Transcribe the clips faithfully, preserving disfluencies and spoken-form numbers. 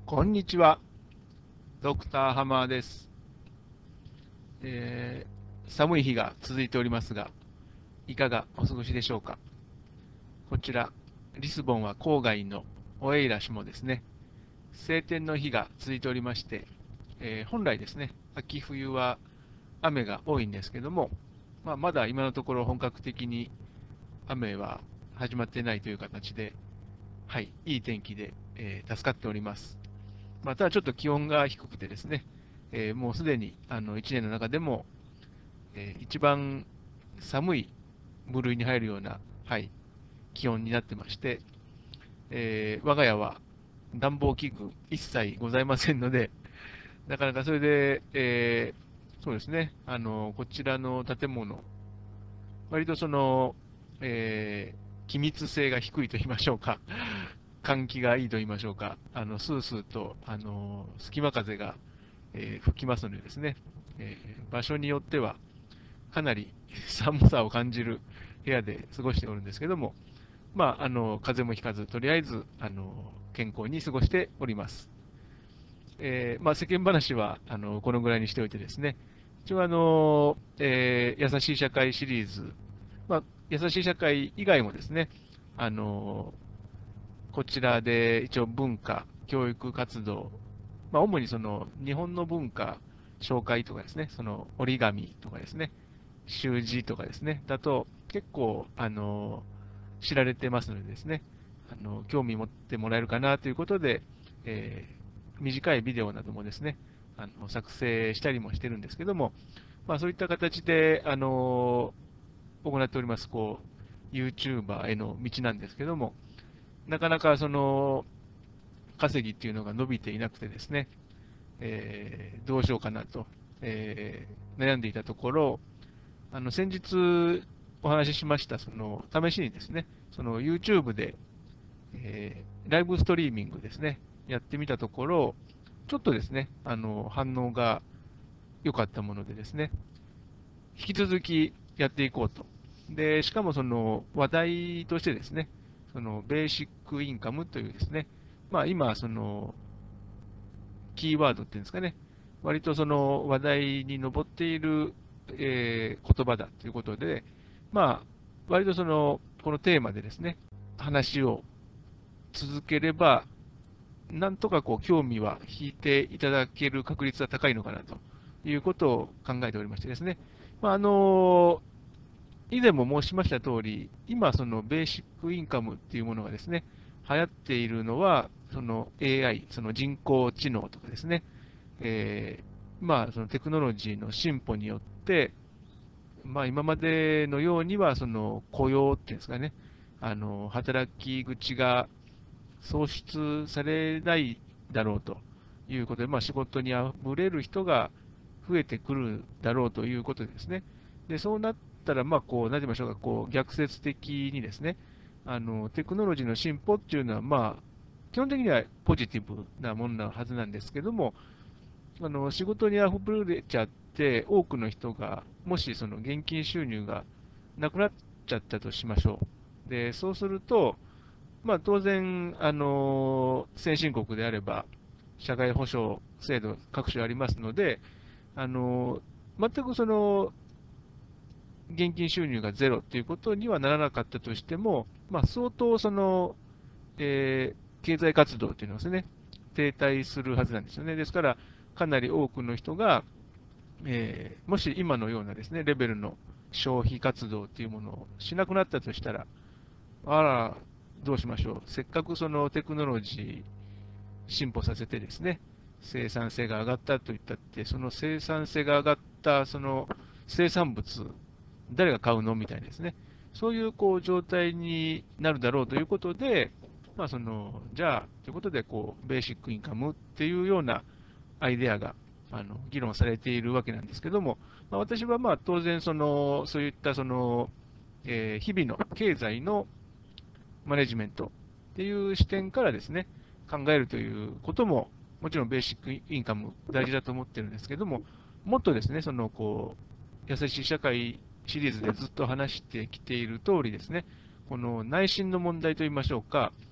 こんにちは、ドクターハマーです。えー寒い日が続いておりますが、いかがお過ごしでしょうか。こちら、リスボンは郊外のオエイラ市もですね、晴天の日が続いておりまして、えー本来ですね、秋冬は雨が多いんですけども、まあ、まだ今のところ本格的に雨は始まっていないという形で、はい、いい天気で、えー助かっております。まあ、ただちょっと気温が低くてですね、えーもうすでにあのいちねんの中でも、えー一番寒い部類に入るような、はい、気温になってまして、えー我が家は暖房器具一切ございませんので、なかなかそれで、えーそうですね、あのこちらの建物、割とその、えー気密性が低いと言いましょうか、換気がいいと言いましょうか、あのスースーとあの隙間風が、えー吹きますのでですね、えー場所によってはかなり寒さを感じる部屋で過ごしておるんですけども、まあ、あの風邪もひかず、とりあえずあの健康に過ごしております。えーまあ、世間話はあのこのぐらいにしておいてですね、一応あの、えー優しい社会シリーズ、まあ、優しい社会以外もですね、あのこちらで一応文化、教育活動、まあ、主にその日本の文化紹介とかですね、その折り紙とかですね、習字とかですね、だと結構あの知られてますのでですね、あの興味持ってもらえるかなということで、えー短いビデオなどもですね、あの作成したりもしてるんですけども、まあ、そういった形で、あの行っております、こう、YouTuber への道なんですけども、なかなかその稼ぎっていうのが伸びていなくてですね、えーどうしようかなと、えー悩んでいたところ、あの先日お話ししました、その試しにですね、その YouTube で、えーライブストリーミングですね、やってみたところ、ちょっとですね、あの反応が良かったものでですね、引き続きやっていこうと。で、しかもその話題としてですね、そのベーシックインカムというですね、まあ今、そのキーワードっていうんですかね、割とその話題に上っている、えー言葉だということで、まあ、割とその、このテーマでですね、話を続ければ、なんとかこう興味は引いていただける確率は高いのかなということを考えておりましてですね、まあ、あの以前も申しました通り、今、そのベーシックインカムっていうものがですね、流行っているのは、その エーアイ、その人工知能とかですね、えーまあ、そのテクノロジーの進歩によって、まあ、今までのようには、その雇用っていうんですかね、あの働き口が創出されないだろうということで、まあ、仕事にあふれる人が増えてくるだろうということですね。で、そうなったら、まあ、こう、なんて言いましょうか、こう、逆説的にですね、あの、テクノロジーの進歩っていうのは、まあ、基本的にはポジティブなものなはずなんですけども、あの仕事にあふれちゃって、多くの人が、もしその現金収入がなくなっちゃったとしましょう。で、そうすると、まあ、当然、あの先進国であれば、社会保障制度各種ありますので、あの全くその現金収入がゼロということにはならなかったとしても、まあ、相当その、えー経済活動というのはですね、停滞するはずなんですよね。ですから、かなり多くの人が、えーもし今のようなですね、レベルの消費活動というものをしなくなったとしたら、あら、どうしましょう。せっかくそのテクノロジー進歩させてですね、生産性が上がったといったって、その生産性が上がったその生産物、誰が買うのみたいなですね、そういうこう状態になるだろうということで、まあそのじゃあ、ということでこう、ベーシックインカムっていうようなアイデアがあの議論されているわけなんですけども、まあ、私はまあ当然その、そういったその、えー日々の経済のマネジメントっていう視点からですね、考えるということも、もちろんベーシックインカム大事だと思ってるんですけども、もっとですね、そのこう優しい社会シリーズでずっと話してきている通りですね、この内心の問題といいましょうか、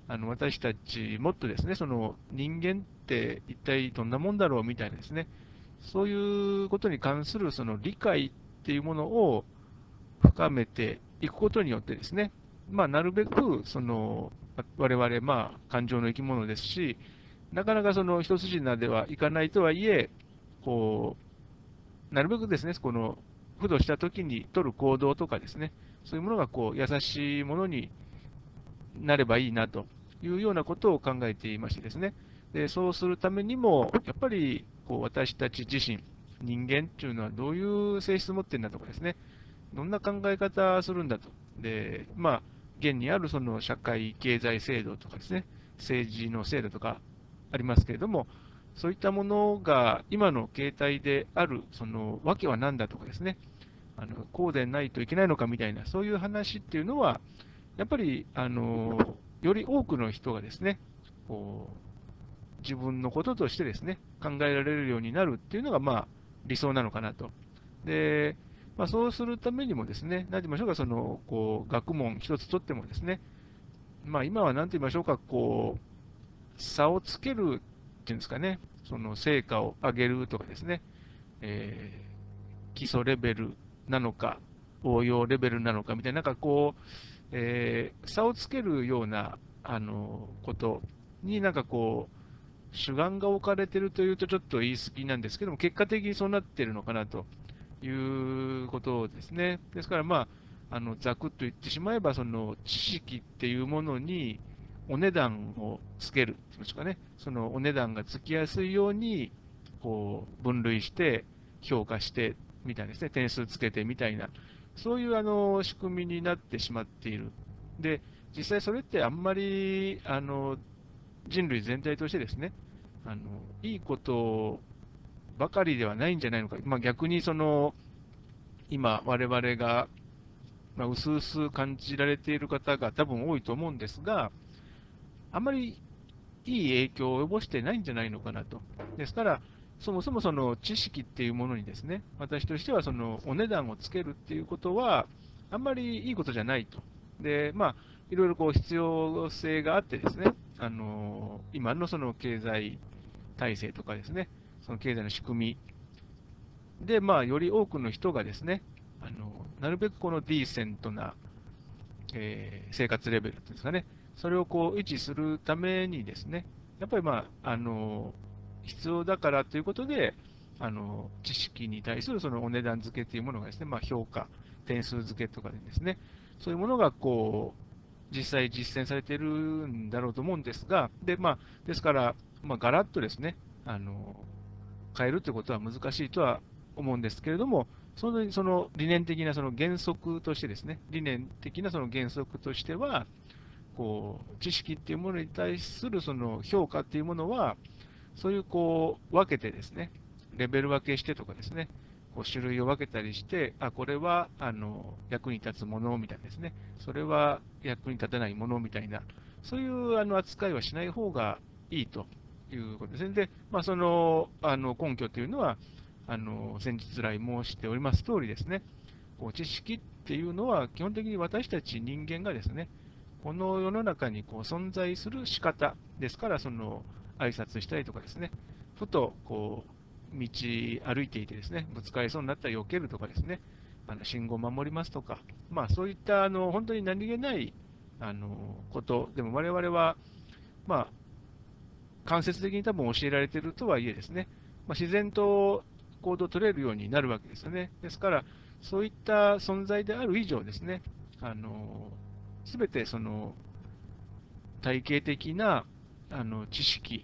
あの私たちもっとですね、その人間って一体どんなもんだろうみたいなですね、そういうことに関するその理解っていうものを深めていくことによってですね、まあ、なるべくその我々、まあ、感情の生き物ですし、なかなかその一筋縄ではいかないとはいえ、こうなるべくですね、このふとしたときに取る行動とかですね、そういうものがこう優しいものになればいいなというようなことを考えていましてですね、でそうするためにも、やっぱりこう私たち自身、人間っていうのはどういう性質を持ってるんだとかですね、どんな考え方するんだと。で、まあ、現にあるその社会経済制度とかですね、政治の制度とかありますけれども、そういったものが今の形態であるその訳は何だとかですね、あのこうでないといけないのかみたいな、そういう話っていうのは、やっぱりあのより多くの人がですね、こう自分のこととしてですね、考えられるようになるっていうのが、まあ、理想なのかなと。で、まあ、そうするためにもですね、何て言いましょうか、そのこう学問一つとってもですね、まあ、今は何て言いましょうか、こう差をつけるっていうんですかね、その成果を上げるとかですね、えー基礎レベルなのか、応用レベルなのかみたいな、なんかこう、えー差をつけるようなあのことになんかこう、主眼が置かれているというとちょっと言い過ぎなんですけども、結果的にそうなっているのかなということですね。ですから、まあ、あのざくっと言ってしまえば、その知識っていうものにお値段をつけるっていうんですかね、そのお値段がつきやすいようにこう分類して評価してみたいですね、点数つけてみたいな、そういうあの仕組みになってしまっている。で、実際それってあんまりあの人類全体としてですね、あのいいことばかりではないんじゃないのか、まあ、逆にその今、我々が、まあ、うすうす感じられている方が多分多いと思うんですが、あまりいい影響を及ぼしてないんじゃないのかなと。ですから、そもそもその知識っていうものにですね、私としてはそのお値段をつけるっていうことは、あんまりいいことじゃないと。で、まあ、いろいろこう必要性があってですね、あの今のその経済体制とかですね、その経済の仕組みで、まあ、より多くの人がですね、あのなるべくこのディーセントな、えー生活レベルっていうんですかね、それをこう維持するためにですね、やっぱり、まあ、あの必要だからということで、あの知識に対するそのお値段付けというものがですね、まあ、評価、点数付けとかでですね、そういうものがこう実際実践されているんだろうと思うんですが、でまあ、ですから、まあ、ガラッとですね、あの変えるということは難しいとは思うんですけれども、そのその理念的なその原則としてですね、理念的なその原則としては、こう知識っていうものに対するその評価っていうものは、そういうこう分けてですね、レベル分けしてとかですね、こう種類を分けたりして、あ、これはあの役に立つものみたいなですね、それは役に立たないものみたいな、そういうあの扱いはしない方がいいということですね。で、まあ、そのあの根拠というのは、あの先日来申しております通りですね、こう知識っていうのは基本的に私たち人間がですね、この世の中にこう存在する仕方ですから、その挨拶したりとかですね、ふとこう道歩いていてですね、ぶつかりそうになったら避けるとかですね、あの信号を守りますとか、まあ、そういったあの本当に何気ないあのことでも我々は、まあ、間接的に多分教えられているとはいえですね、まあ、自然と行動を取れるようになるわけですよね。ですから、そういった存在である以上ですね、あのすべてその体系的なあの知識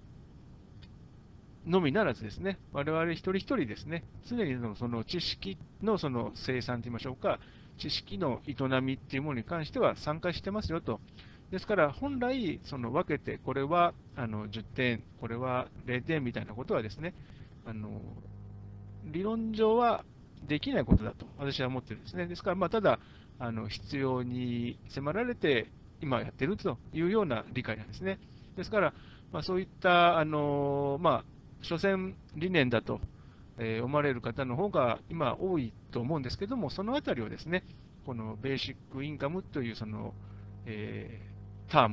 のみならずですね、我々一人一人ですね、常にその知識のその生産といいましょうか、知識の営みっていうものに関しては参加してますよと。ですから、本来、その分けて、これはあのじゅってん、これはれいてんみたいなことはですね、あの理論上はできないことだと私は思ってるんですね。ですから、まあ、ただあの、必要に迫られて今やってるというような理解なんですね。ですから、まあ、そういったあの、まあ、所詮理念だと、えー思われる方の方が今多いと思うんですけども、そのあたりをですね、このベーシックインカムというその、えーターム、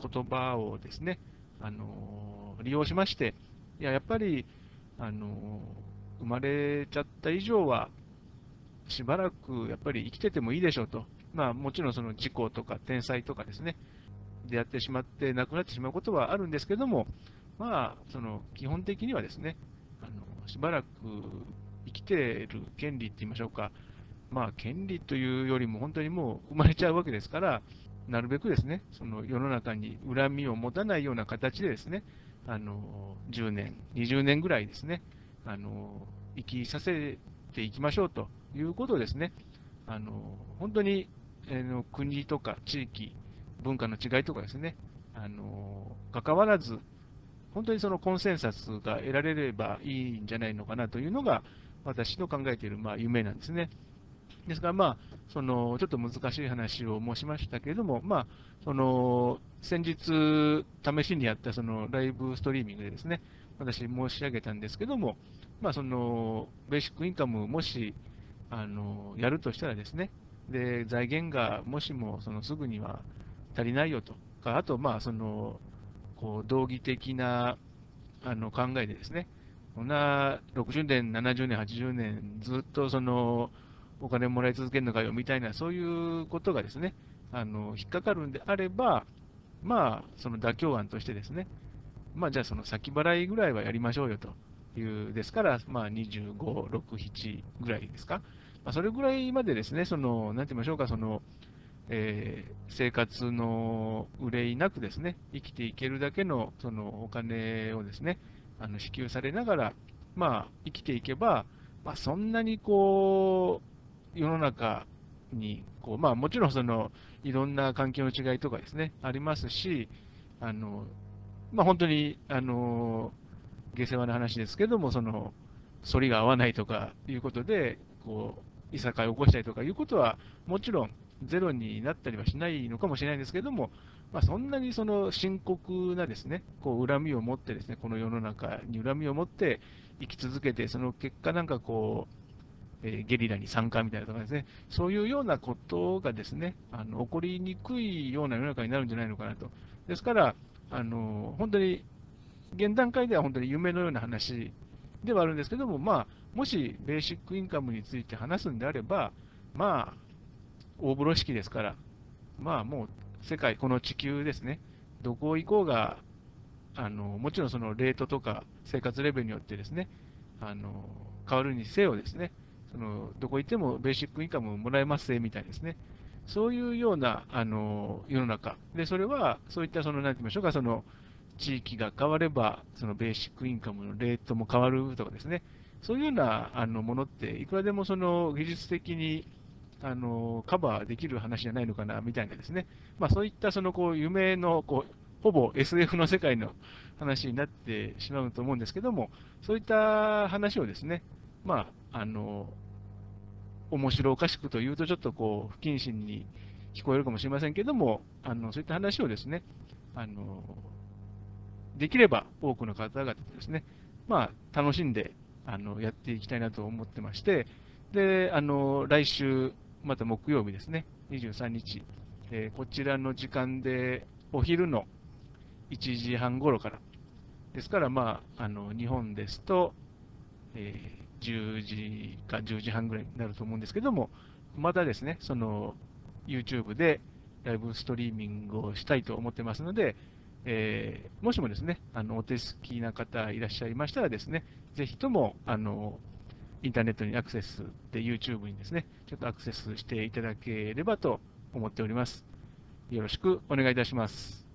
言葉をですね、あの利用しまして、いや、やっぱり、あの生まれちゃった以上は、しばらくやっぱり生きててもいいでしょうと、まあ、もちろんその事故とか天災とかですね、出会ってしまって亡くなってしまうことはあるんですけども、まあ、その基本的にはですね、あのしばらく生きている権利って言いましょうか、まあ、権利というよりも本当にもう生まれちゃうわけですから、なるべくですね、その世の中に恨みを持たないような形でですね、あのじゅうねん、にじゅうねんぐらいですね、あの生きさせていきましょうということをですね、あの本当に、えーの国とか地域、文化の違いとかですね、あの関わらず、本当にそのコンセンサスが得られればいいんじゃないのかなというのが、私の考えている、まあ、夢なんですね。ですから、まあ、そのちょっと難しい話を申しましたけれども、まあ、その先日、試しにやったそのライブストリーミングでですね、私申し上げたんですけども、まあ、そのベーシックインカム、もしあのやるとしたらですね、で財源がもしもそのすぐには足りないよとか、あと、まあ、そのこう道義的なあの考えでですね、こんなろくじゅうねん、ななじゅうねん、はちじゅうねん、ずっとそのお金もらい続けるのかよみたいな、そういうことがですね、あの引っかかるんであれば、まあ、その妥協案としてですね、まあ、じゃあその先払いぐらいはやりましょうよというですから、まあ、にじゅうご、ろく、ななぐらいですか、まあ、それぐらいまでですね、その、なんて言いましょうか、その、えー生活の憂いなくですね、生きていけるだけのそのお金をですね、あの支給されながら、まあ、生きていけば、まあ、そんなにこう、世の中にこう、まあ、もちろんそのいろんな環境の違いとかですね、ありますし、あのまあ、本当に、あの下世話な話ですけども、その反りが合わないとかいうことで、こういさかいを起こしたりとかいうことは、もちろんゼロになったりはしないのかもしれないんですけども、まあ、そんなにその深刻なですね、こう恨みを持ってですね、この世の中に恨みを持って生き続けて、その結果なんかこう、えーゲリラに参加みたいなとかですね、そういうようなことがですね、あの起こりにくいような世の中になるんじゃないのかなと。ですから、あの本当に現段階では本当に夢のような話ではあるんですけども、まあ、もしベーシックインカムについて話すんであれば、まあ、大風呂敷ですから、まあもう世界、この地球ですね、どこ行こうが、あのもちろんそのレートとか生活レベルによってですね、あの変わるにせよですね、そのどこ行ってもベーシックインカムもらえますぜみたいですね、そういうようなあの世の中で、それはそういったその、なんて言いましょうか、その地域が変われば、そのベーシックインカムのレートも変わるとかですね、そういうようなあのものって、いくらでもその技術的にあのカバーできる話じゃないのかなみたいなですね、まあ、そういったそのこう夢のこうほぼ エスエフ の世界の話になってしまうと思うんですけども、そういった話をですね、まあ、あの面白おかしくというと、ちょっとこう不謹慎に聞こえるかもしれませんけども、あのそういった話をですね、あのできれば多くの方々とですね、まあ、楽しんであのやっていきたいなと思ってまして、で、あの来週、また木曜日ですね、にじゅうさんにち、えーこちらの時間でお昼のいちじはん頃から、ですから、まあ、あの日本ですと、えーじゅうじかじゅうじはんぐらいになると思うんですけども、またですね、その YouTube でライブストリーミングをしたいと思ってますので、えーもしもですね、あのお手すきな方いらっしゃいましたらですね、ぜひともあのインターネットにアクセスで YouTube にですね、ちょっとアクセスしていただければと思っております。よろしくお願いいたします。